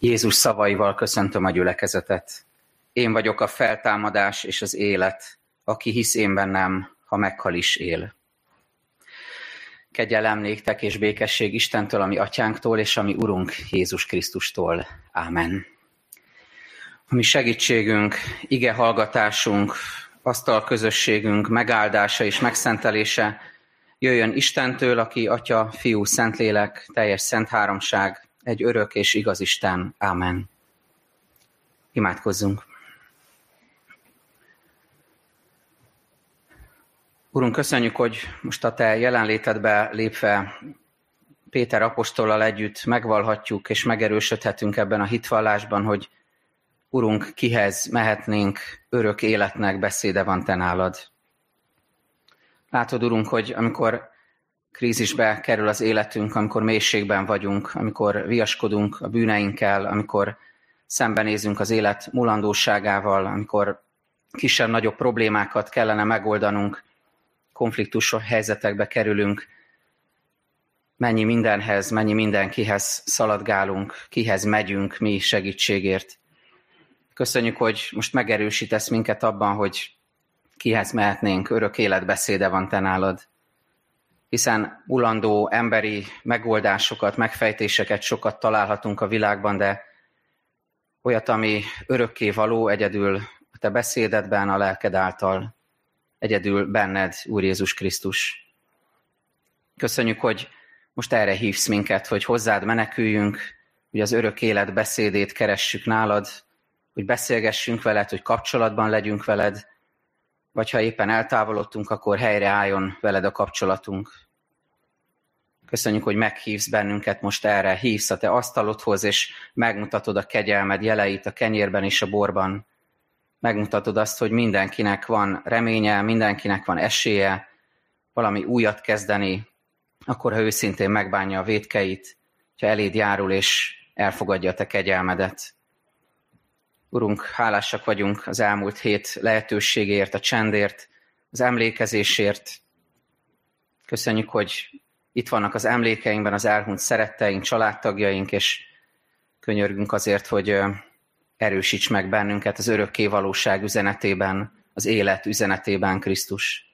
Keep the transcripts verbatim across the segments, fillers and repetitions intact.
Jézus szavaival köszöntöm a gyülekezetet. Én vagyok a feltámadás és az élet, aki hisz én bennem, ha meghal is él. Kegyelem néktek és békesség Istentől, ami atyánktól, és ami Urunk Jézus Krisztustól. Ámen. A mi segítségünk, ige hallgatásunk, asztal közösségünk megáldása és megszentelése jöjjön Istentől, aki Atya, Fiú, Szentlélek, teljes szent háromság, egy örök és igaz Isten. Ámen. Imádkozzunk. Urunk, köszönjük, hogy most a Te jelenlétedbe lépve Péter apostollal együtt megvallhatjuk és megerősödhetünk ebben a hitvallásban, hogy Urunk, kihez mehetnénk, örök életnek beszéde van Te nálad. Látod, Urunk, hogy amikor krízisbe kerül az életünk, amikor mélységben vagyunk, amikor viaskodunk a bűneinkkel, amikor szembenézünk az élet mulandóságával, amikor kisebb-nagyobb problémákat kellene megoldanunk, konfliktus helyzetekbe kerülünk, mennyi mindenhez, mennyi mindenkihez szaladgálunk, kihez megyünk mi segítségért. Köszönjük, hogy most megerősítesz minket abban, hogy kihez mehetnénk, örök életbeszéde van Te nálad. Hiszen mulandó emberi megoldásokat, megfejtéseket sokat találhatunk a világban, de olyat, ami örökké való, egyedül a Te beszédedben, a lelked által, egyedül benned, Úr Jézus Krisztus. Köszönjük, hogy most erre hívsz minket, hogy hozzád meneküljünk, hogy az örök élet beszédét keressük nálad, hogy beszélgessünk veled, hogy kapcsolatban legyünk veled, vagy ha éppen eltávolodtunk, akkor helyreálljon veled a kapcsolatunk. Köszönjük, hogy meghívsz bennünket most erre, hívsz a Te asztalodhoz, és megmutatod a kegyelmed jeleit a kenyérben és a borban. Megmutatod azt, hogy mindenkinek van reménye, mindenkinek van esélye valami újat kezdeni, akkor, ha őszintén megbánja a vétkeit, ha eléd járul és elfogadja a Te kegyelmedet. Urunk, hálásak vagyunk az elmúlt hét lehetőségért, a csendért, az emlékezésért. Köszönjük, hogy itt vannak az emlékeinkben az elhunyt szeretteink, családtagjaink, és könyörgünk azért, hogy erősíts meg bennünket az örökké valóság üzenetében, az élet üzenetében, Krisztus.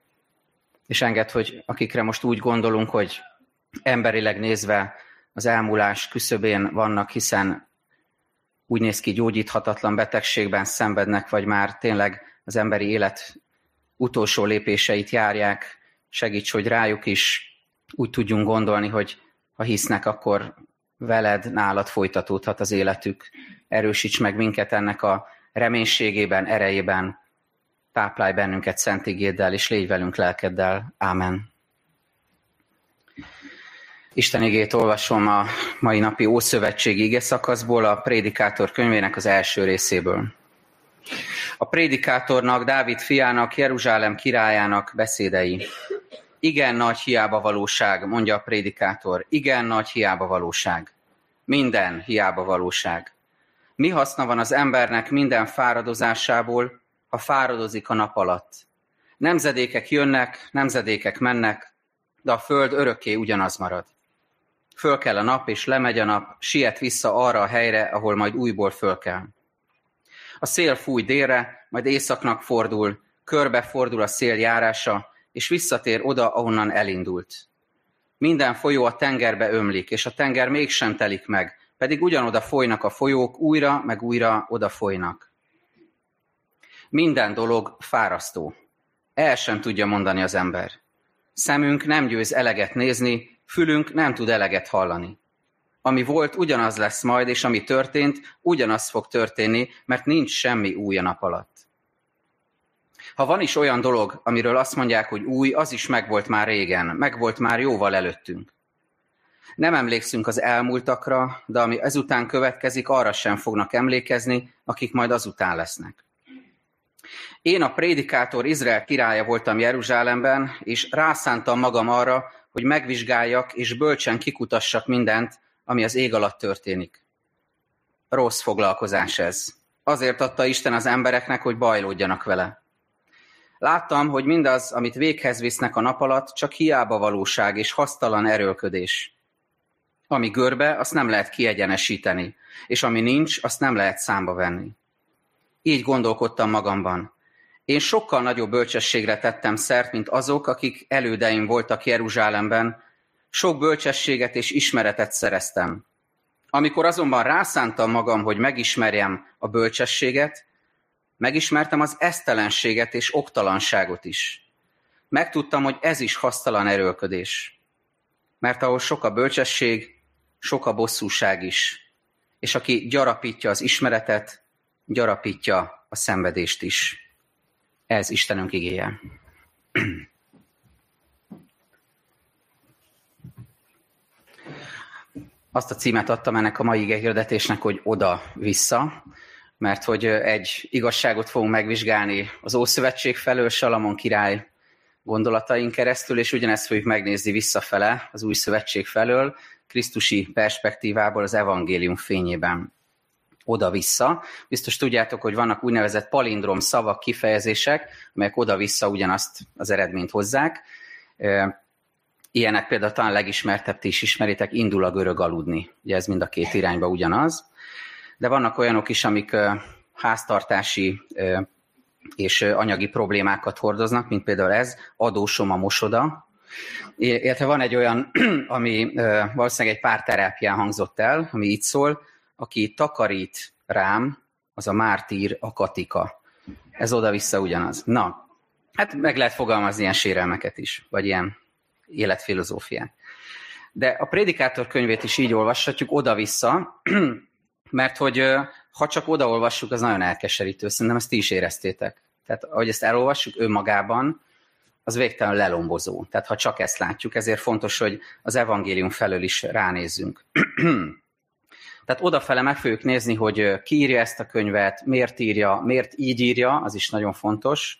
És engedd, hogy akikre most úgy gondolunk, hogy emberileg nézve az elmúlás küszöbén vannak, hiszen úgy néz ki, gyógyíthatatlan betegségben szenvednek, vagy már tényleg az emberi élet utolsó lépéseit járják, segíts, hogy rájuk is úgy tudjunk gondolni, hogy ha hisznek, akkor veled, nálad folytatódhat az életük. Erősíts meg minket ennek a reménységében, erejében, táplálj bennünket szent igéddel, és légy velünk lelkeddel. Ámen. Isten igét olvasom a mai napi ószövetségi igeszakaszból, a Prédikátor könyvének az első részéből. A prédikátornak, Dávid fiának, Jeruzsálem királyának beszédei. Igen nagy hiába valóság, mondja a prédikátor. Igen nagy hiába valóság. Minden hiába valóság. Mi haszna van az embernek minden fáradozásából, ha fáradozik a nap alatt? Nemzedékek jönnek, nemzedékek mennek, de a föld örökké ugyanaz marad. Föl kell a nap, és lemegy a nap, siet vissza arra a helyre, ahol majd újból föl kell. A szél fúj délre, majd északnak fordul, körbefordul a szél járása, és visszatér oda, ahonnan elindult. Minden folyó a tengerbe ömlik, és a tenger mégsem telik meg, pedig ugyanoda folynak a folyók, újra meg újra oda folynak. Minden dolog fárasztó. El sem tudja mondani az ember. Szemünk nem győz eleget nézni, fülünk nem tud eleget hallani. Ami volt, ugyanaz lesz majd, és ami történt, ugyanaz fog történni, mert nincs semmi új a nap alatt. Ha van is olyan dolog, amiről azt mondják, hogy új, az is megvolt már régen, megvolt már jóval előttünk. Nem emlékszünk az elmúltakra, de ami ezután következik, arra sem fognak emlékezni, akik majd azután lesznek. Én a prédikátor Izrael királya voltam Jeruzsálemben, és rászántam magam arra, hogy megvizsgáljak és bölcsen kikutassak mindent, ami az ég alatt történik. Rossz foglalkozás ez. Azért adta Isten az embereknek, hogy bajlódjanak vele. Láttam, hogy mindaz, amit véghez visznek a nap alatt, csak hiába valóság és hasztalan erőlködés. Ami görbe, azt nem lehet kiegyenesíteni, és ami nincs, azt nem lehet számba venni. Így gondolkodtam magamban. Én sokkal nagyobb bölcsességre tettem szert, mint azok, akik elődeim voltak Jeruzsálemben. Sok bölcsességet és ismeretet szereztem. Amikor azonban rászántam magam, hogy megismerjem a bölcsességet, megismertem az esztelenséget és oktalanságot is. Megtudtam, hogy ez is hasztalan erőlködés. Mert ahol sok a bölcsesség, sok a bosszúság is. És aki gyarapítja az ismeretet, gyarapítja a szenvedést is. Ez Istenünk igéje. Azt a címet adtam ennek a mai igehirdetésnek, hogy oda-vissza, mert hogy egy igazságot fogunk megvizsgálni az Ószövetség felől, Salamon király gondolatain keresztül, és ugyanezt fogjuk megnézni visszafele az Új Szövetség felől, krisztusi perspektívából, az evangélium fényében. Oda-vissza. Biztos tudjátok, hogy vannak úgynevezett palindrom szavak, kifejezések, amelyek oda-vissza ugyanazt az eredményt hozzák. Ilyenek például talán legismertebb, ti is ismeritek, indul a görög aludni. Ugye ez mind a két irányba ugyanaz. De vannak olyanok is, amik háztartási és anyagi problémákat hordoznak, mint például ez, adósom a mosoda. Illetve van egy olyan, ami valószínűleg egy párterápián hangzott el, ami így szól, aki takarít rám, az a mártír, a katika. Ez oda-vissza ugyanaz. Na, hát meg lehet fogalmazni ilyen sérelmeket is, vagy ilyen életfilozófiát. De a Prédikátor könyvét is így olvashatjuk oda-vissza, mert hogy ha csak odaolvassuk, az nagyon elkeserítő. Szerintem ezt ti is éreztétek. Tehát ahogy ezt elolvassuk önmagában, az végtelenül lelombozó. Tehát ha csak ezt látjuk, ezért fontos, hogy az evangélium felől is ránézzünk. Tehát odafele meg fogjuk nézni, hogy ki írja ezt a könyvet, miért írja, miért így írja, az is nagyon fontos.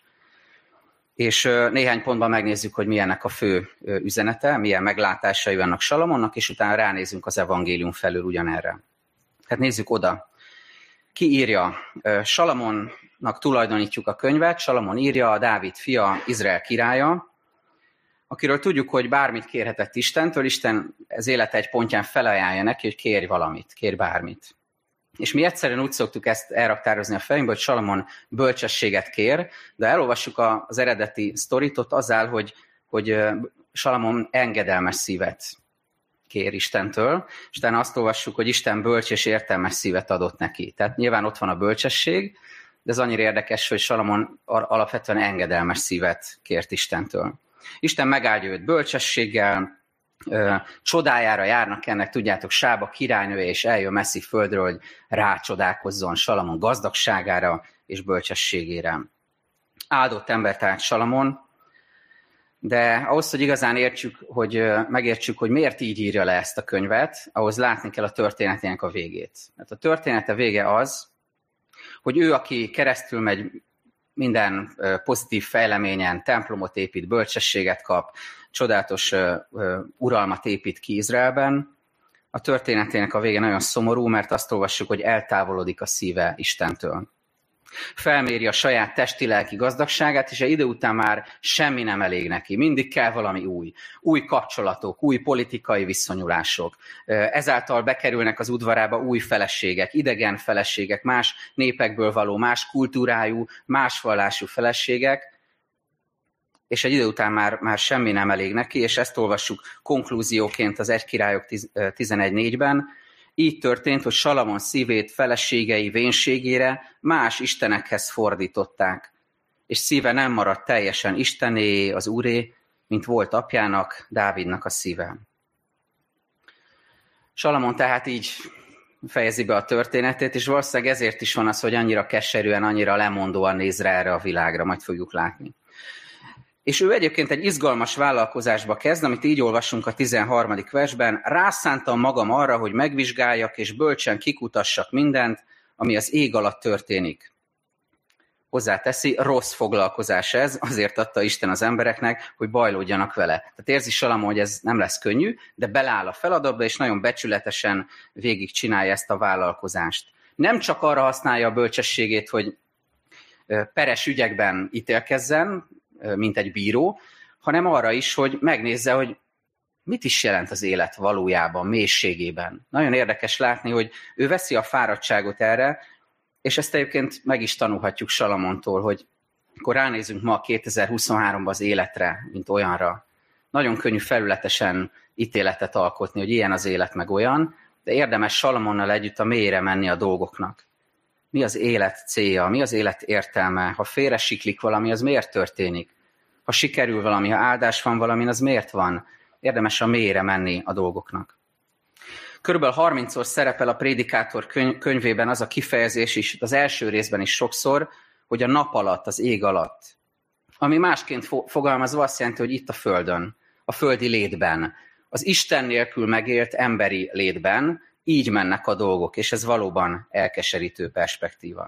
És néhány pontban megnézzük, hogy milyennek a fő üzenete, milyen meglátásai vannak Salamonnak, és utána ránézzünk az evangélium felől ugyanerre. Hát nézzük oda. Ki írja? Salamonnak tulajdonítjuk a könyvet, Salamon írja, a Dávid fia, Izrael királya, akiről tudjuk, hogy bármit kérhetett Istentől, Isten az élete egy pontján felajánlja neki, hogy kérj valamit, kérj bármit. És mi egyszerűen úgy szoktuk ezt elraktározni a fejünkbe, hogy Salamon bölcsességet kér, de elolvassuk az eredeti sztorit, ott az áll, hogy, hogy Salamon engedelmes szívet kér Istentől, és utána azt olvassuk, hogy Isten bölcs és értelmes szívet adott neki. Tehát nyilván ott van a bölcsesség, de ez annyira érdekes, hogy Salamon alapvetően engedelmes szívet kért Istentől. Isten megáldja őt bölcsességgel, csodájára járnak ennek, tudjátok, Sába királynője, és eljön messzi földről, hogy rácsodálkozzon Salamon gazdagságára és bölcsességére. Áldott ember tehát Salamon, de ahhoz, hogy igazán értsük, hogy megértsük, hogy miért így írja le ezt a könyvet, ahhoz látni kell a történetének a végét. Mert a története vége az, hogy ő, aki keresztül megy minden pozitív fejleményen, templomot épít, bölcsességet kap, csodálatos uralmat épít ki Izraelben, a történetének a vége nagyon szomorú, mert azt olvassuk, hogy eltávolodik a szíve Istentől. Felméri a saját testi-lelki gazdagságát, és egy idő után már semmi nem elég neki. Mindig kell valami új. Új kapcsolatok, új politikai viszonyulások. Ezáltal bekerülnek az udvarába új feleségek, idegen feleségek, más népekből való, más kultúrájú, más vallású feleségek, és egy idő után már, már semmi nem elég neki, és ezt olvassuk konklúzióként az egy Királyok tizenegy négyben. Így történt, hogy Salamon szívét feleségei vénségére más istenekhez fordították, és szíve nem maradt teljesen Istené, az Úré, mint volt apjának, Dávidnak a szíve. Salamon tehát így fejezi be a történetét, és valószínűleg ezért is van az, hogy annyira keserűen, annyira lemondóan néz rá erre a világra, majd fogjuk látni. És ő egyébként egy izgalmas vállalkozásba kezd, amit így olvasunk a tizenharmadik versben. Rászántam magam arra, hogy megvizsgáljak és bölcsen kikutassak mindent, ami az ég alatt történik. Hozzáteszi, rossz foglalkozás ez, azért adta Isten az embereknek, hogy bajlódjanak vele. Tehát érzi Salamon, hogy ez nem lesz könnyű, de beleáll a feladatba, és nagyon becsületesen végig csinálja ezt a vállalkozást. Nem csak arra használja a bölcsességét, hogy peres ügyekben ítélkezzen, mint egy bíró, hanem arra is, hogy megnézze, hogy mit is jelent az élet valójában, mélységében. Nagyon érdekes látni, hogy ő veszi a fáradtságot erre, és ezt egyébként meg is tanulhatjuk Salamontól, hogy akkor ránézünk ma kétezer-huszonháromban az életre, mint olyanra. Nagyon könnyű felületesen ítéletet alkotni, hogy ilyen az élet, meg olyan, de érdemes Salamonnal együtt a mélyre menni a dolgoknak. Mi az élet célja, mi az élet értelme? Ha félresiklik valami, az miért történik? Ha sikerül valami, ha áldás van valamin, az miért van? Érdemes a mélyre menni a dolgoknak. Körülbelül harmincszor szerepel a Prédikátor könyvében az a kifejezés is, az első részben is sokszor, hogy a nap alatt, az ég alatt. Ami másként fogalmazva azt jelenti, hogy itt a földön, a földi létben, az Isten nélkül megélt emberi létben, így mennek a dolgok, és ez valóban elkeserítő perspektíva.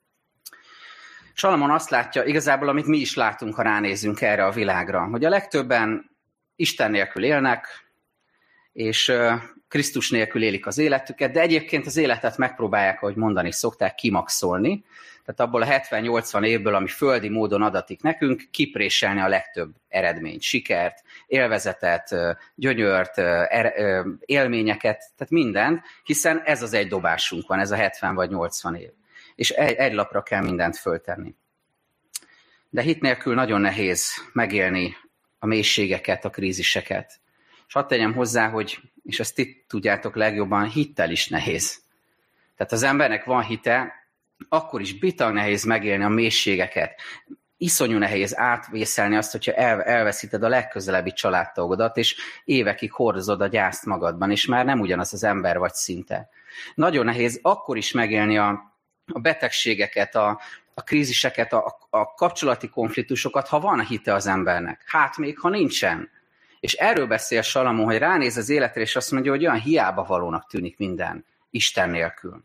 Salamon azt látja, igazából, amit mi is látunk, ha ránézünk erre a világra, hogy a legtöbben Isten nélkül élnek, és Krisztus nélkül élik az életüket, de egyébként az életet megpróbálják, ahogy mondani szokták, kimaxolni. Tehát abból a hetven-nyolcvan évből, ami földi módon adatik nekünk, kipréselni a legtöbb eredményt, sikert, élvezetet, gyönyört, élményeket, tehát mindent, hiszen ez az egy dobásunk van, ez a hetven vagy nyolcvan év. És egy, egy lapra kell mindent föltenni. De hit nélkül nagyon nehéz megélni a mélységeket, a kríziseket. És hadd tegyem hozzá, hogy, és ezt itt tudjátok legjobban, hittel is nehéz. Tehát az embernek van hite, akkor is bitang nehéz megélni a mélységeket. Iszonyú nehéz átvészelni azt, hogyha el, elveszíted a legközelebbi családtagodat, és évekig hordozod a gyászt magadban, és már nem ugyanaz az ember vagy szinte. Nagyon nehéz akkor is megélni a, a betegségeket, a, a kríziseket, a, a kapcsolati konfliktusokat, ha van a hite az embernek. Hát még, ha nincsen. És erről beszél Salamon, hogy ránéz az életre, és azt mondja, hogy olyan hiába valónak tűnik minden, Isten nélkül.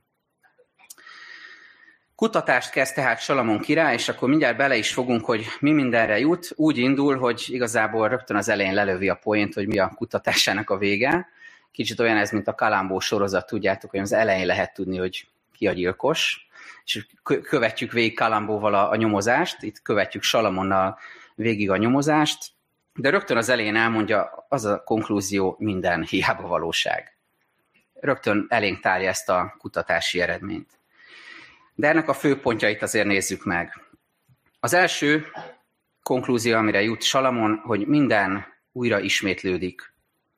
Kutatást kezd tehát Salamon király, és akkor mindjárt bele is fogunk, hogy mi mindenre jut. Úgy indul, hogy igazából rögtön az elején lelövi a poént, hogy mi a kutatásának a vége. Kicsit olyan ez, mint a Kalambó sorozat, tudjátok, hogy az elején lehet tudni, hogy ki a gyilkos, és követjük végig Kalambóval a, a nyomozást, itt követjük Salamonnal végig a nyomozást, de rögtön az elején elmondja, az a konklúzió, minden hiába valóság. Rögtön elénk tárja ezt a kutatási eredményt. De ennek a fő pontjait azért nézzük meg. Az első konklúzió, amire jut Salamon, hogy minden újra ismétlődik.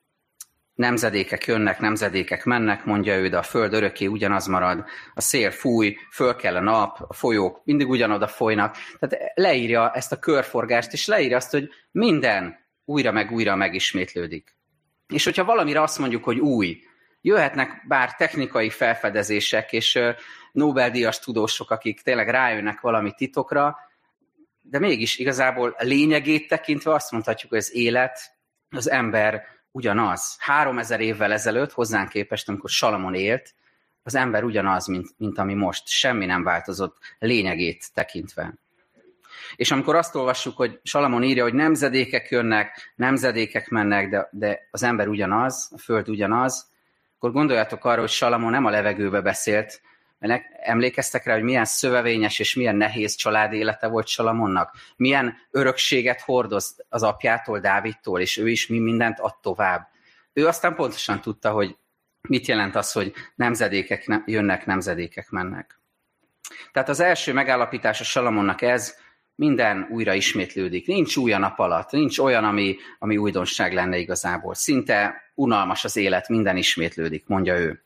Nemzedékek jönnek, nemzedékek mennek, mondja ő, de a föld örökké ugyanaz marad. A szél fúj, föl kell a nap, a folyók mindig ugyanoda folynak. Tehát leírja ezt a körforgást, és leírja azt, hogy minden újra meg újra megismétlődik. És hogyha valamire azt mondjuk, hogy új, jöhetnek bár technikai felfedezések, és Nobel-díjas tudósok, akik tényleg rájönnek valami titokra, de mégis igazából lényegét tekintve azt mondhatjuk, hogy az élet, az ember ugyanaz. Háromezer évvel ezelőtt, hozzánk képest, amikor Salamon élt, az ember ugyanaz, mint, mint ami most. Semmi nem változott lényegét tekintve. És amikor azt olvassuk, hogy Salamon írja, hogy nemzedékek jönnek, nemzedékek mennek, de, de az ember ugyanaz, a föld ugyanaz, akkor gondoljatok arra, hogy Salamon nem a levegőbe beszélt, mert emlékeztek rá, hogy milyen szövevényes és milyen nehéz család élete volt Salamonnak, milyen örökséget hordoz az apjától, Dávidtól, és ő is mi mindent ad tovább. Ő aztán pontosan tudta, hogy mit jelent az, hogy nemzedékek jönnek, nemzedékek mennek. Tehát az első megállapítás a Salamonnak ez, minden újra ismétlődik. Nincs új a nap alatt, nincs olyan, ami, ami újdonság lenne igazából. Szinte unalmas az élet, minden ismétlődik, mondja ő.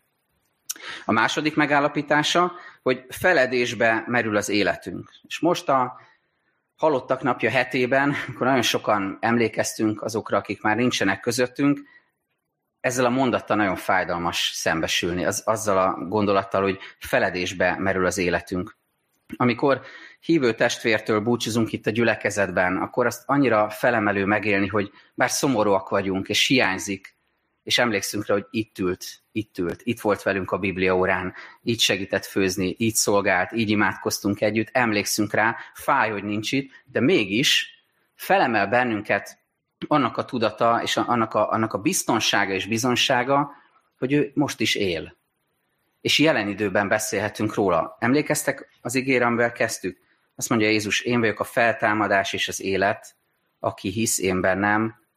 A második megállapítása, hogy feledésbe merül az életünk. És most a halottak napja hetében, akkor nagyon sokan emlékeztünk azokra, akik már nincsenek közöttünk, ezzel a mondattal nagyon fájdalmas szembesülni, az, azzal a gondolattal, hogy feledésbe merül az életünk. Amikor hívő testvértől búcsúzunk itt a gyülekezetben, akkor azt annyira felemelő megélni, hogy bár szomorúak vagyunk, és hiányzik, és emlékszünk rá, hogy itt ült, itt ült, itt volt velünk a Biblia órán, így segített főzni, így szolgált, így imádkoztunk együtt, emlékszünk rá, fáj, hogy nincs itt, de mégis felemel bennünket annak a tudata, és annak a, annak a biztonsága és bizonsága, hogy ő most is él. És jelen időben beszélhetünk róla. Emlékeztek az igére, amivel kezdtük? Azt mondja Jézus, én vagyok a feltámadás és az élet, aki hisz én bennem,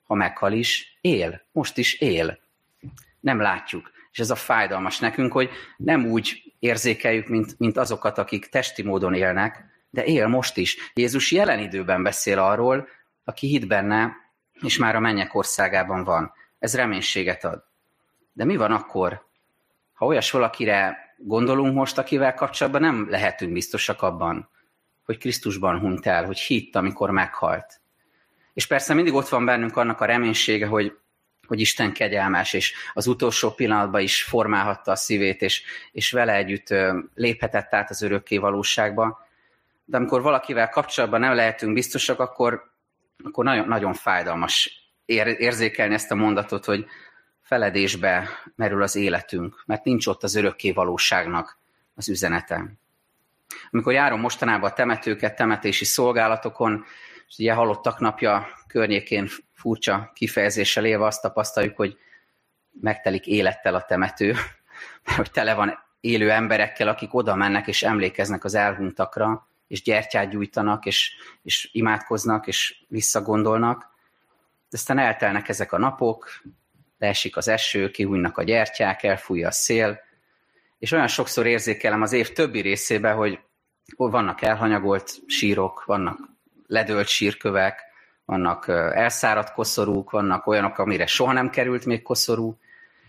ha meghal is, él. Most is él. Nem látjuk. És ez a fájdalmas nekünk, hogy nem úgy érzékeljük, mint, mint azokat, akik testi módon élnek, de él most is. Jézus jelen időben beszél arról, aki hitt benne, és már a mennyek országában van. Ez reménységet ad. De mi van akkor, ha olyas valakire gondolunk most, akivel kapcsolatban nem lehetünk biztosak abban, hogy Krisztusban hunyt el, hogy hitt, amikor meghalt. És persze mindig ott van bennünk annak a reménysége, hogy, hogy Isten kegyelmes, és az utolsó pillanatban is formálhatta a szívét, és, és vele együtt léphetett át az örökké valóságba. De amikor valakivel kapcsolatban nem lehetünk biztosak, akkor, akkor nagyon, nagyon fájdalmas ér, érzékelni ezt a mondatot, hogy feledésbe merül az életünk, mert nincs ott az örökké valóságnak az üzenete. Amikor járom mostanában a temetőket, temetési szolgálatokon, és ugye halottak napja környékén furcsa kifejezéssel élve azt tapasztaljuk, hogy megtelik élettel a temető, mert hogy tele van élő emberekkel, akik oda mennek és emlékeznek az elhunytakra, és gyertyát gyújtanak, és, és imádkoznak, és visszagondolnak. De aztán eltelnek ezek a napok, leesik az eső, kihújnak a gyertyák, elfújja a szél, és olyan sokszor érzékelem az év többi részében, hogy vannak elhanyagolt sírok, vannak ledölt sírkövek, vannak elszáradt koszorúk, vannak olyanok, amire soha nem került még koszorú.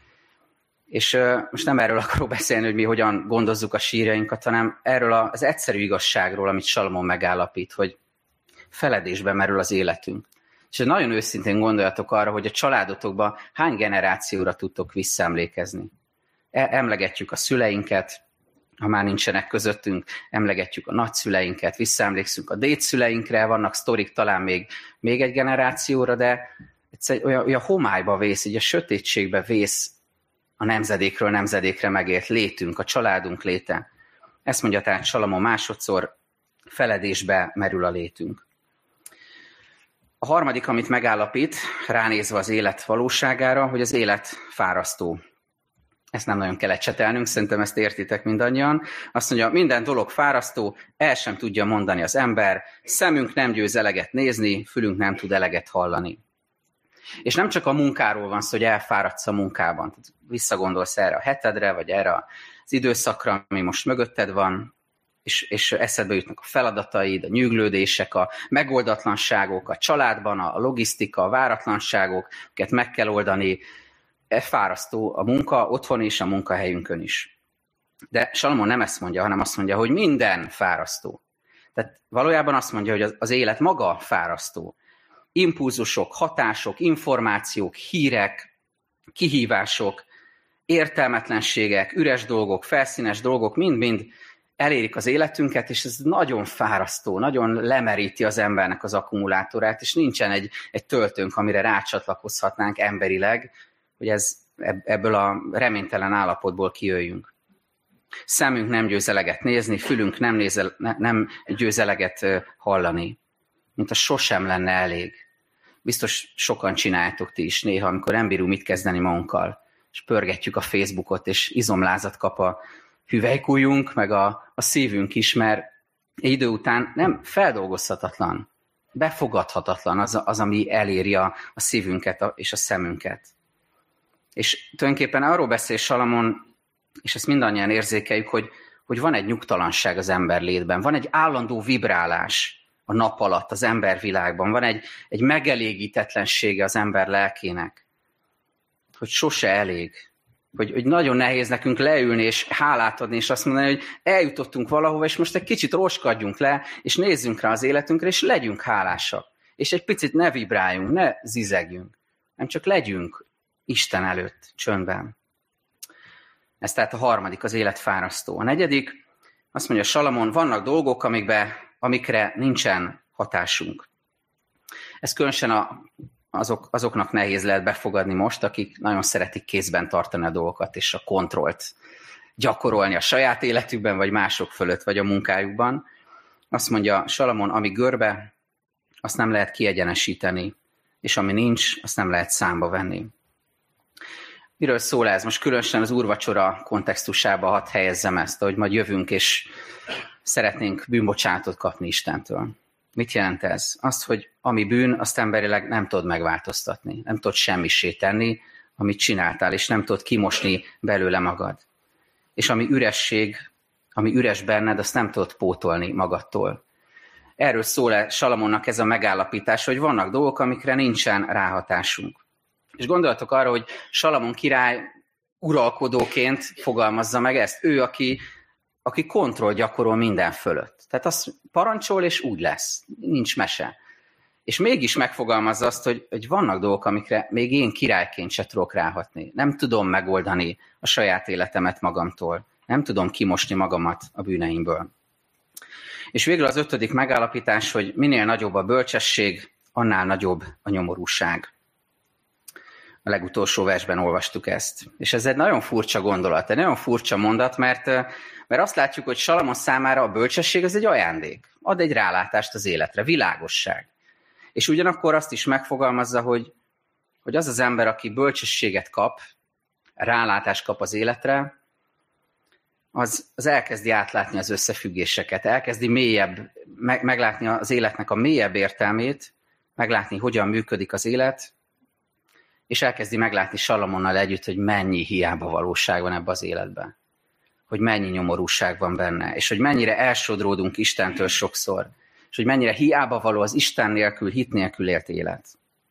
És most nem erről akarok beszélni, hogy mi hogyan gondozzuk a sírjainkat, hanem erről az egyszerű igazságról, amit Salamon megállapít, hogy feledésbe merül az életünk. És nagyon őszintén gondoljatok arra, hogy a családotokban hány generációra tudtok visszaemlékezni. Emlegetjük a szüleinket, ha már nincsenek közöttünk, emlegetjük a nagyszüleinket, visszaemlékszünk a dédszüleinkre, vannak sztorik talán még, még egy generációra, de egyszer olyan, olyan homályba vész, így a sötétségbe vész a nemzedékről nemzedékre megélt létünk, a családunk léte. Ezt mondja tehát Salamon másodszor, feledésbe merül a létünk. A harmadik, amit megállapít, ránézve az élet valóságára, hogy az élet fárasztó. Ezt nem nagyon kell ecsetelnünk, szerintem ezt értitek mindannyian. Azt mondja, minden dolog fárasztó, el sem tudja mondani az ember, szemünk nem győz eleget nézni, fülünk nem tud eleget hallani. És nem csak a munkáról van szó, hogy elfáradsz a munkában. Tehát visszagondolsz erre a hetedre, vagy erre az időszakra, ami most mögötted van, és, és eszedbe jutnak a feladataid, a nyűglődések, a megoldatlanságok, a családban, a logisztika, a váratlanságok, amiket meg kell oldani. Ez fárasztó a munka otthon és a munkahelyünkön is. De Salamon nem ezt mondja, hanem azt mondja, hogy minden fárasztó. Tehát valójában azt mondja, hogy az élet maga fárasztó. Impulzusok, hatások, információk, hírek, kihívások, értelmetlenségek, üres dolgok, felszínes dolgok mind-mind elérik az életünket, és ez nagyon fárasztó, nagyon lemeríti az embernek az akkumulátorát, és nincsen egy, egy töltőnk, amire rácsatlakozhatnánk emberileg, hogy ez, ebből a reménytelen állapotból kijöjjünk. Szemünk nem győz eleget nézni, fülünk nem, nézel, nem győz eleget hallani, mint a sosem lenne elég. Biztos sokan csináljátok ti is néha, amikor nem bírunk mit kezdeni magunkkal, és pörgetjük a Facebookot, és izomlázat kap a hüvelykujjunk, meg a, a szívünk is, mert egy idő után nem feldolgozhatatlan, befogadhatatlan az, az ami eléri a, a szívünket és a szemünket. És tulajdonképpen arról beszél Salamon, és ezt mindannyian érzékeljük, hogy, hogy van egy nyugtalanság az ember létben, van egy állandó vibrálás a nap alatt az embervilágban, van egy, egy megelégítetlensége az ember lelkének, hogy sose elég, hogy, hogy nagyon nehéz nekünk leülni és hálát adni, és azt mondani, hogy eljutottunk valahova, és most egy kicsit roskadjunk le, és nézzünk rá az életünkre, és legyünk hálásak. És egy picit ne vibráljunk, ne zizegjünk, nem csak legyünk Isten előtt csöndben. Ez tehát a harmadik, az élet fárasztó. A negyedik, azt mondja Salamon, vannak dolgok, amikbe, amikre nincsen hatásunk. Ez különösen a, azok, azoknak nehéz lehet befogadni most, akik nagyon szeretik kézben tartani a dolgokat, és a kontrollt gyakorolni a saját életükben, vagy mások fölött, vagy a munkájukban. Azt mondja Salamon, ami görbe, azt nem lehet kiegyenesíteni, és ami nincs, azt nem lehet számba venni. Miről szól ez? Most különösen az úrvacsora kontextusába hadd helyezzem ezt, hogy majd jövünk, és szeretnénk bűnbocsánatot kapni Istentől. Mit jelent ez? Azt, hogy ami bűn, azt emberileg nem tudod megváltoztatni, nem tudod semmissé tenni, amit csináltál, és nem tudod kimosni belőle magad. És ami üresség, ami üres benned, azt nem tudod pótolni magadtól. Erről szól Salamonnak ez a megállapítás, hogy vannak dolgok, amikre nincsen ráhatásunk. És gondolatok arra, hogy Salamon király uralkodóként fogalmazza meg ezt. Ő, aki, aki kontroll gyakorol minden fölött. Tehát azt parancsol, és úgy lesz. Nincs mese. És mégis megfogalmazza azt, hogy, hogy vannak dolgok, amikre még én királyként se tudok ráhatni. Nem tudom megoldani a saját életemet magamtól. Nem tudom kimosni magamat a bűneimből. És végül az ötödik megállapítás, hogy minél nagyobb a bölcsesség, annál nagyobb a nyomorúság. A legutolsó versben olvastuk ezt. És ez egy nagyon furcsa gondolat, egy nagyon furcsa mondat, mert, mert azt látjuk, hogy Salamon számára a bölcsesség az egy ajándék. Ad egy rálátást az életre, világosság. És ugyanakkor azt is megfogalmazza, hogy, hogy az az ember, aki bölcsességet kap, rálátást kap az életre, az, az elkezdi átlátni az összefüggéseket, elkezdi mélyebb, meg, meglátni az életnek a mélyebb értelmét, meglátni, hogyan működik az élet, és elkezdi meglátni Salamonnal együtt, hogy mennyi hiába valóság van ebbe az életben. Hogy mennyi nyomorúság van benne, és hogy mennyire elsodródunk Istentől sokszor, és hogy mennyire hiába való az Isten nélkül, hit nélkül élt élet.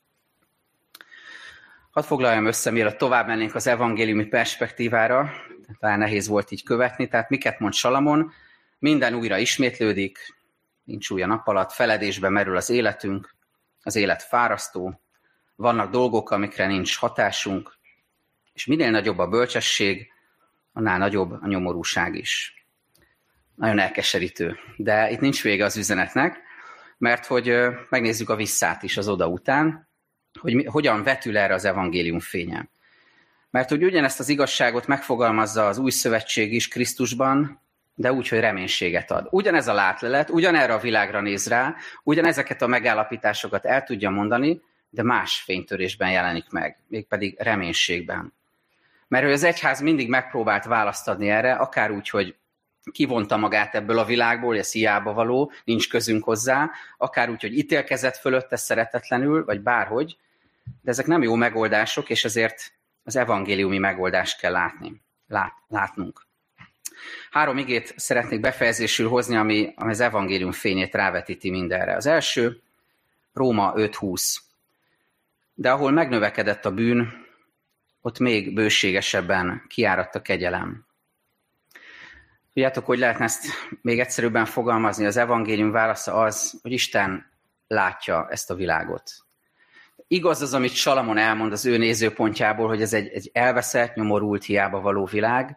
Hadd foglaljam össze, mielőtt tovább mennénk az evangéliumi perspektívára, talán nehéz volt így követni, tehát miket mond Salamon, minden újra ismétlődik, nincs új a nap alatt, feledésbe merül az életünk, az élet fárasztó, vannak dolgok, amikre nincs hatásunk, és minél nagyobb a bölcsesség, annál nagyobb a nyomorúság is. Nagyon elkeserítő, de itt nincs vége az üzenetnek, mert hogy megnézzük a visszát is az oda után, hogy mi, hogyan vetül erre az evangélium fénye. Mert hogy ugyanezt az igazságot megfogalmazza az új szövetség is Krisztusban, de úgy, hogy reménységet ad. Ugyanez a látlelet, ugyanerre a világra néz rá, ugyanezeket a megállapításokat el tudja mondani, de más fénytörésben jelenik meg, mégpedig reménységben. Mert hogy az egyház mindig megpróbált választ adni erre, akár úgy, hogy kivonta magát ebből a világból, ez hiába való, nincs közünk hozzá, akár úgy, hogy ítélkezett fölötte szeretetlenül, vagy bárhogy, de ezek nem jó megoldások, és ezért az evangéliumi megoldást kell látni, lát, látnunk. Három igét szeretnék befejezésül hozni, ami, ami az evangélium fényét rávetíti mindenre. Az első, Róma öt húsz. De ahol megnövekedett a bűn, ott még bőségesebben kiáradt a kegyelem. Tudjátok, hogy lehetne ezt még egyszerűbben fogalmazni? Az evangélium válasza az, hogy Isten látja ezt a világot. Igaz az, amit Salamon elmond az ő nézőpontjából, hogy ez egy, egy elveszett, nyomorult, hiába való világ,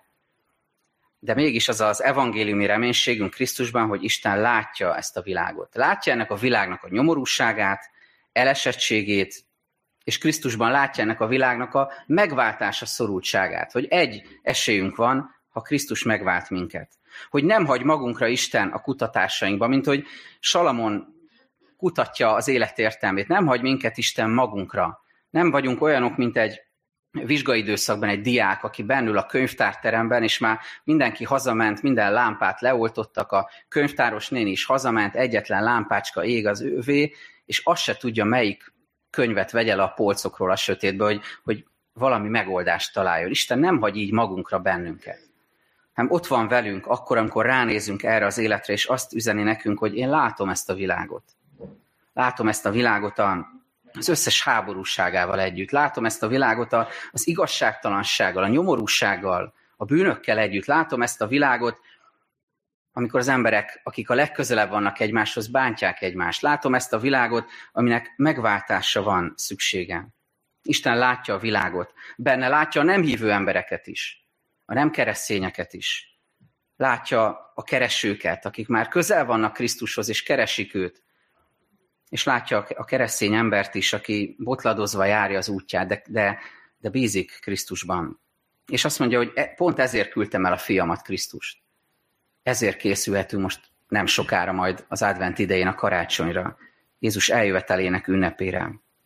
de mégis az az evangéliumi reménységünk Krisztusban, hogy Isten látja ezt a világot. Látja ennek a világnak a nyomorúságát, elesettségét, és Krisztusban látja ennek a világnak a megváltása szorultságát, hogy egy esélyünk van, ha Krisztus megvált minket. Hogy nem hagy magunkra Isten a kutatásainkba, mint hogy Salamon kutatja az élet értelmét. Nem hagy minket Isten magunkra. Nem vagyunk olyanok, mint egy vizsgaidőszakban egy diák, aki bennül a könyvtárteremben, és már mindenki hazament, minden lámpát leoltottak, a könyvtáros néni is hazament, egyetlen lámpácska ég az övé, és azt se tudja, melyik könyvet vegye le a polcokról a sötétbe, hogy, hogy valami megoldást találjon. Isten nem hagy így magunkra bennünket. Hanem ott van velünk akkor, amikor ránézünk erre az életre, és azt üzeni nekünk, hogy én látom ezt a világot. Látom ezt a világot az összes háborúságával együtt. Látom ezt a világot az igazságtalansággal, a nyomorúsággal, a bűnökkel együtt. Látom ezt a világot, amikor az emberek, akik a legközelebb vannak egymáshoz, bántják egymást. Látom ezt a világot, aminek megváltásra van szüksége. Isten látja a világot. Benne látja a nem hívő embereket is, a nem keresztényeket is. Látja a keresőket, akik már közel vannak Krisztushoz, és keresik őt. És látja a keresztény embert is, aki botladozva járja az útját, de, de, de bízik Krisztusban. És azt mondja, hogy pont ezért küldtem el a fiamat, Krisztust. Ezért készülhetünk most nem sokára majd az advent idején a karácsonyra, Jézus eljövetelének ünnepére.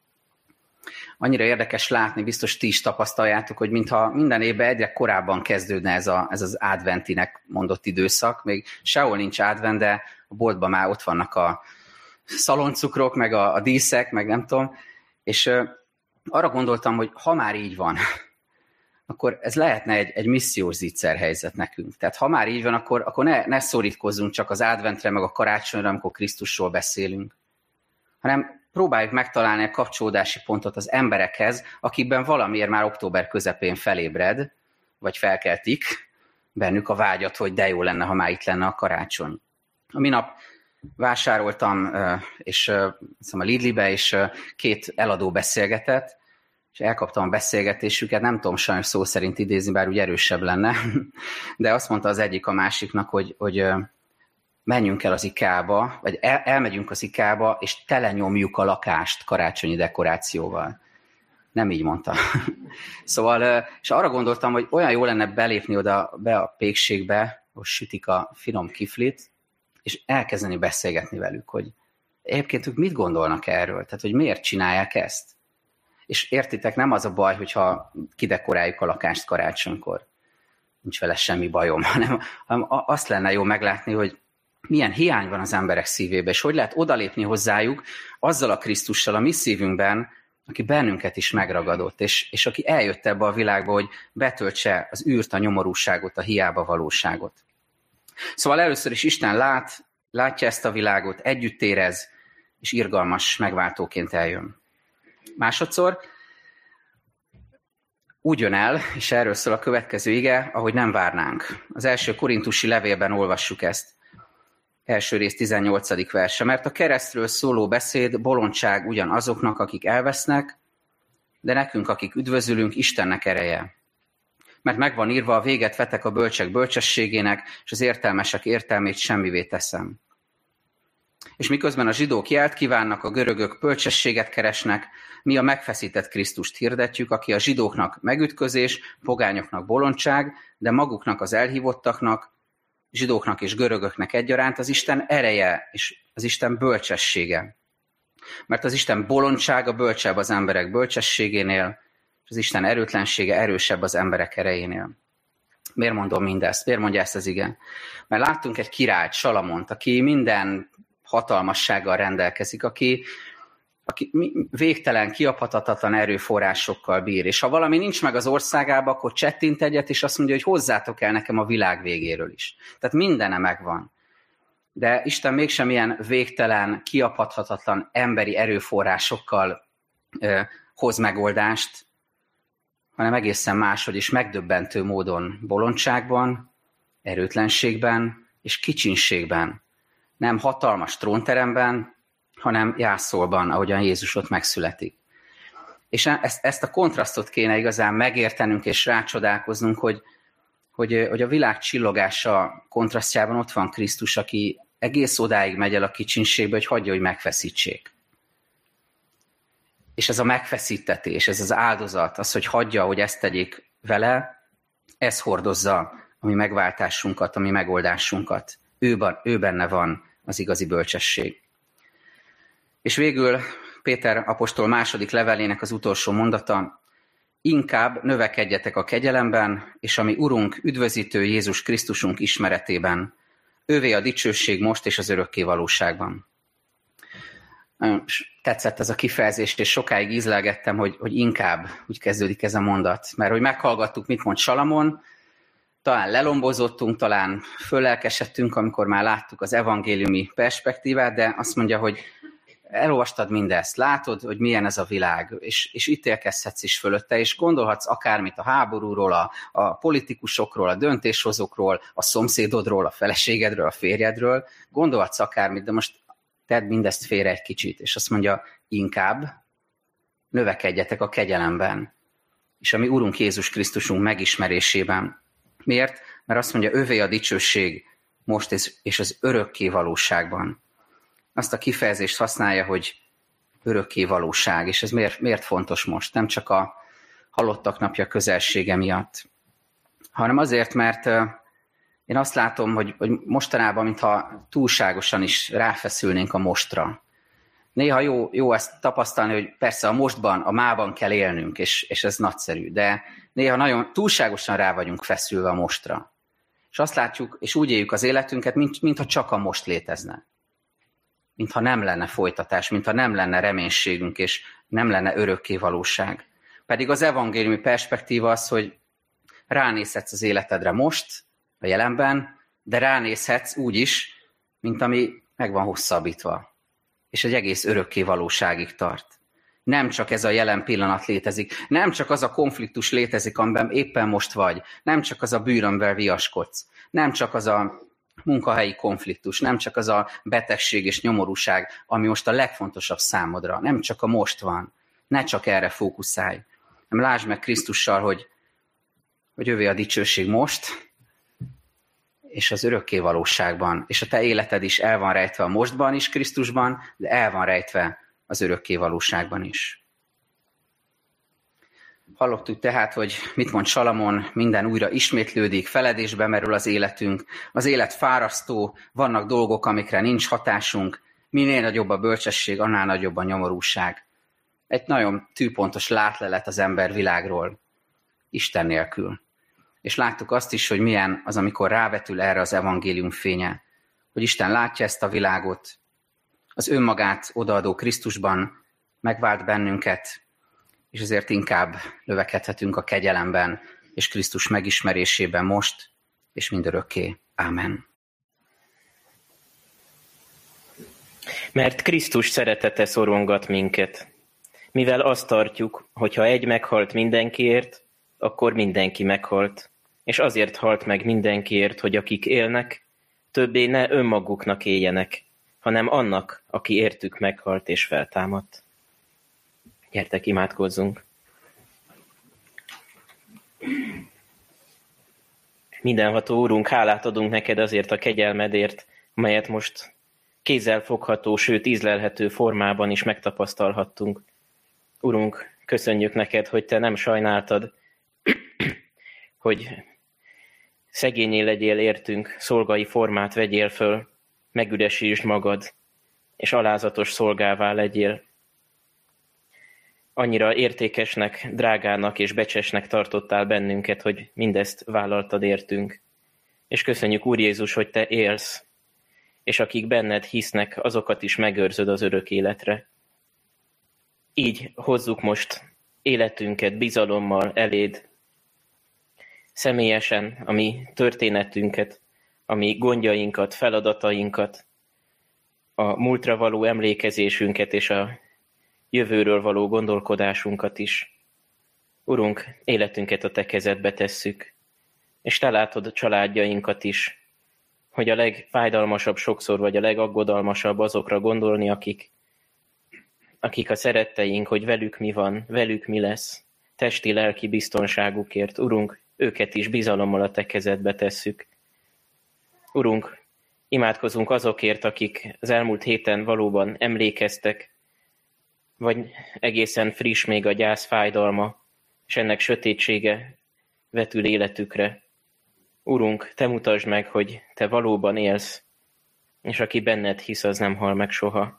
Annyira érdekes látni, biztos ti is tapasztaljátok, hogy mintha minden évben egyre korábban kezdődne ez, a, ez az adventinek mondott időszak. Még sehol nincs advent, de a boltban már ott vannak a szaloncukrok, meg a, a díszek, meg nem tudom, és ö, arra gondoltam, hogy ha már így van, akkor ez lehetne egy, egy missziós zicser helyzet nekünk. Tehát ha már így van, akkor, akkor ne, ne szorítkozzunk csak az adventre, meg a karácsonyra, amikor Krisztusról beszélünk, hanem próbáljuk megtalálni a kapcsolódási pontot az emberekhez, akikben valamiért már október közepén felébred, vagy felkeltik bennük a vágyat, hogy de jó lenne, ha már itt lenne a karácsony. A minap vásároltam, és a Lidlibe, és két eladó beszélgetett, és elkaptam a beszélgetésüket, nem tudom sajnos szó szerint idézni, bár úgy erősebb lenne, de azt mondta az egyik a másiknak, hogy, hogy menjünk el az IKEA-ba, vagy el, elmegyünk az IKEA-ba, és telenyomjuk a lakást karácsonyi dekorációval. Nem így mondta. Szóval, és arra gondoltam, hogy olyan jó lenne belépni oda be a pékségbe, hogy sütik a finom kiflit, és elkezdeni beszélgetni velük, hogy egyébként ők mit gondolnak erről, tehát hogy miért csinálják ezt. És értitek, nem az a baj, hogyha kidekoráljuk a lakást karácsonykor. Nincs vele semmi bajom, hanem, hanem azt lenne jó meglátni, hogy milyen hiány van az emberek szívében, és hogy lehet odalépni hozzájuk azzal a Krisztussal a mi szívünkben, aki bennünket is megragadott, és, és aki eljött ebbe a világba, hogy betöltse az űrt, a nyomorúságot, a hiába valóságot. Szóval először is Isten lát, látja ezt a világot, együtt érez, és irgalmas megváltóként eljön. Másodszor úgy jön el, és erről szól a következő ige, ahogy nem várnánk. Az első korintusi levélben olvassuk ezt. Első rész tizennyolcadik verse. Mert a keresztről szóló beszéd bolondság ugyan azoknak, akik elvesznek, de nekünk, akik üdvözülünk, Istennek ereje. Mert megvan írva, a véget vetek a bölcsek bölcsességének, és az értelmesek értelmét semmivé teszem. És miközben a zsidók jelt kívánnak, a görögök bölcsességet keresnek, mi a megfeszített Krisztust hirdetjük, aki a zsidóknak megütközés, pogányoknak bolondság, de maguknak az elhívottaknak, zsidóknak és görögöknek egyaránt az Isten ereje és az Isten bölcsessége. Mert az Isten bolondsága bölcsebb az emberek bölcsességénél, és az Isten erőtlensége erősebb az emberek erejénél. Miért mondom mindezt? Miért mondja ezt az ige? Mert láttunk egy királyt, Salamont, aki minden hatalmassággal rendelkezik, aki, aki végtelen, kiaphatatlan erőforrásokkal bír. És ha valami nincs meg az országában, akkor csettint egyet, és azt mondja, hogy hozzátok el nekem a világ végéről is. Tehát mindene megvan. De Isten mégsem ilyen végtelen, kiaphatatlan emberi erőforrásokkal ö, hoz megoldást, hanem egészen máshogy is megdöbbentő módon bolondságban, erőtlenségben és kicsinségben. Nem hatalmas trónteremben, hanem jászolban, ahogyan Jézus ott megszületik. És ezt, ezt a kontrasztot kéne igazán megértenünk és rácsodálkoznunk, hogy, hogy, hogy a világ csillogása kontrasztjában ott van Krisztus, aki egész odáig megy el a kicsinségbe, hogy hagyja, hogy megfeszítsék. És ez a megfeszítetés, ez az áldozat, az, hogy hagyja, hogy ezt tegyék vele, ez hordozza a mi megváltásunkat, a mi megoldásunkat. Ő, ő benne van az igazi bölcsesség. És végül Péter apostol második levelének az utolsó mondata, inkább növekedjetek a kegyelemben, és a mi Urunk, üdvözítő Jézus Krisztusunk ismeretében. Ővé a dicsőség most és az örökké valóságban. Tetszett ez a kifejezés, és sokáig ízlelgettem, hogy, hogy inkább úgy kezdődik ez a mondat. Mert hogy meghallgattuk, mit mond Salamon, talán lelombozottunk, talán föllelkesedtünk, amikor már láttuk az evangéliumi perspektívát, de azt mondja, hogy elolvastad mindezt, látod, hogy milyen ez a világ, és, és ítélkezhetsz is fölötte, és gondolhatsz akármit a háborúról, a, a politikusokról, a döntéshozókról, a szomszédodról, a feleségedről, a férjedről, gondolhatsz akármit, de most tedd mindezt félre egy kicsit, és azt mondja, inkább növekedjetek a kegyelemben, és a mi Urunk Jézus Krisztusunk megismerésében. Miért? Mert azt mondja, övé a dicsőség most és az örökké valóságban. Azt a kifejezést használja, hogy örökké valóság, és ez miért, miért fontos most? Nem csak a halottak napja közelsége miatt, hanem azért, mert én azt látom, hogy, hogy mostanában, mintha túlságosan is ráfeszülnénk a mostra. Néha jó, jó ezt tapasztalni, hogy persze a mostban, a mában kell élnünk, és, és ez nagyszerű, de néha nagyon túlságosan rá vagyunk feszülve a mostra. És azt látjuk, és úgy éljük az életünket, mint, mintha csak a most létezne. mintha nem lenne folytatás, mintha nem lenne reménységünk, és nem lenne örökké valóság. Pedig az evangéliumi perspektíva az, hogy ránézhetsz az életedre most, a jelenben, de ránézhetsz úgy is, mint ami meg van hosszabbítva, és egy egész örökké valóságig tart. Nem csak ez a jelen pillanat létezik, nem csak az a konfliktus létezik, amiben éppen most vagy, nem csak az a bűn, amivel viaskodsz, nem csak az a munkahelyi konfliktus, nem csak az a betegség és nyomorúság, ami most a legfontosabb számodra, nem csak a most van, ne csak erre fókuszálj, hanem lásd meg Krisztussal, hogy, hogy övé a dicsőség most, és az örökké valóságban, és a te életed is el van rejtve a mostban is Krisztusban, de el van rejtve az örökké valóságban is. Hallottuk tehát, hogy mit mond Salamon, minden újra ismétlődik, feledésbe merül az életünk, az élet fárasztó, vannak dolgok, amikre nincs hatásunk, minél nagyobb a bölcsesség, annál nagyobb a nyomorúság. Egy nagyon tűpontos látlelet az ember világról, Isten nélkül. És láttuk azt is, hogy milyen az, amikor rávetül erre az evangélium fénye, hogy Isten látja ezt a világot, az önmagát odaadó Krisztusban megvált bennünket, és ezért inkább növekedhetünk a kegyelemben és Krisztus megismerésében most és mindörökké. Ámen. Mert Krisztus szeretete szorongat minket, mivel azt tartjuk, hogy ha egy meghalt mindenkiért, akkor mindenki meghalt, és azért halt meg mindenkiért, hogy akik élnek, többé ne önmaguknak éljenek, hanem annak, aki értük meghalt és feltámadt. Gyertek, imádkozzunk! Mindenható Úrunk, hálát adunk neked azért a kegyelmedért, melyet most kézzelfogható, sőt ízlelhető formában is megtapasztalhattunk. Urunk, köszönjük neked, hogy te nem sajnáltad, hogy szegényé legyél értünk, szolgai formát vegyél föl, megüresítsd magad, és alázatos szolgává legyél. Annyira értékesnek, drágának és becsesnek tartottál bennünket, hogy mindezt vállaltad értünk. És köszönjük, Úr Jézus, hogy te élsz, és akik benned hisznek, azokat is megőrzöd az örök életre. Így hozzuk most életünket bizalommal eléd, személyesen a mi történetünket, a mi gondjainkat, feladatainkat, a múltra való emlékezésünket és a jövőről való gondolkodásunkat is. Urunk, életünket a te kezedbe tesszük, és te látod a családjainkat is, hogy a legfájdalmasabb sokszor, vagy a legaggodalmasabb azokra gondolni, akik, akik a szeretteink, hogy velük mi van, velük mi lesz, testi-lelki biztonságukért. Urunk, őket is bizalommal a te kezedbe tesszük. Urunk, imádkozunk azokért, akik az elmúlt héten valóban emlékeztek, vagy egészen friss még a gyász fájdalma, és ennek sötétsége vetül életükre. Urunk, te mutasd meg, hogy te valóban élsz, és aki benned hisz, az nem hal meg soha.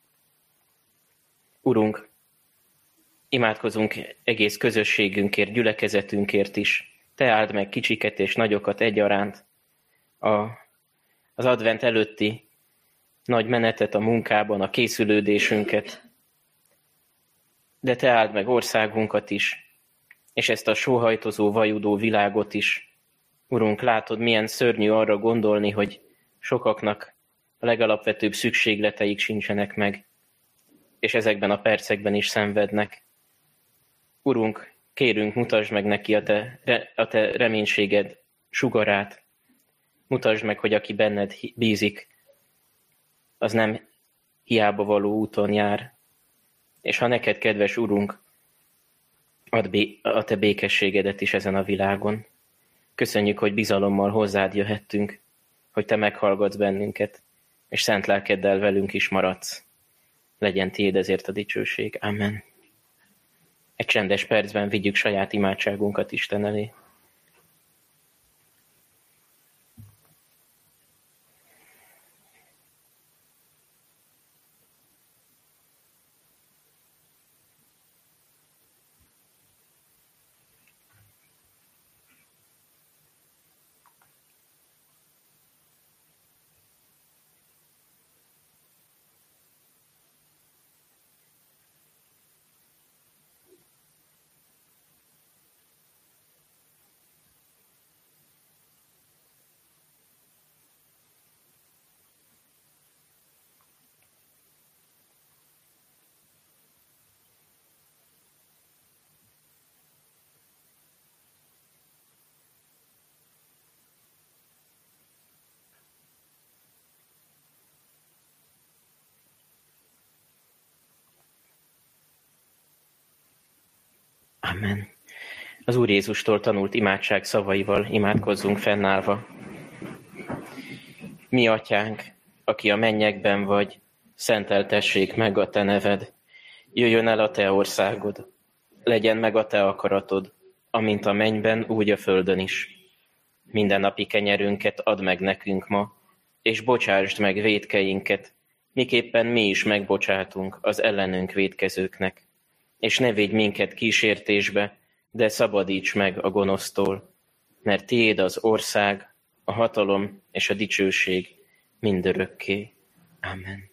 Urunk, imádkozunk egész közösségünkért, gyülekezetünkért is. Te áld meg kicsiket és nagyokat egyaránt. A, az advent előtti nagy menetet a munkában, a készülődésünket, de te áld meg országunkat is, és ezt a sóhajtozó, vajudó világot is. Urunk, látod, milyen szörnyű arra gondolni, hogy sokaknak a legalapvetőbb szükségleteik sincsenek meg, és ezekben a percekben is szenvednek. Urunk, kérünk, mutasd meg neki a te, a te reménységed sugarát. Mutasd meg, hogy aki benned bízik, az nem hiába való úton jár. És ha neked, kedves Urunk, add bé- a te békességedet is ezen a világon. Köszönjük, hogy bizalommal hozzád jöhettünk, hogy te meghallgatsz bennünket, és szent lelkeddel velünk is maradsz. Legyen tiéd ezért a dicsőség. Amen. Egy csendes percben vigyük saját imádságunkat Isten elé. Amen. Az Úr Jézustól tanult imádság szavaival imádkozzunk fennállva. Mi atyánk, aki a mennyekben vagy, szenteltessék meg a te neved. Jöjjön el a te országod. Legyen meg a te akaratod, amint a mennyben, úgy a földön is. Mindennapi kenyerünket add meg nekünk ma, és bocsásd meg vétkeinket, miképpen mi is megbocsátunk az ellenünk vétkezőknek. És ne védj minket kísértésbe, de szabadíts meg a gonosztól, mert tiéd az ország, a hatalom és a dicsőség mindörökké. Amen.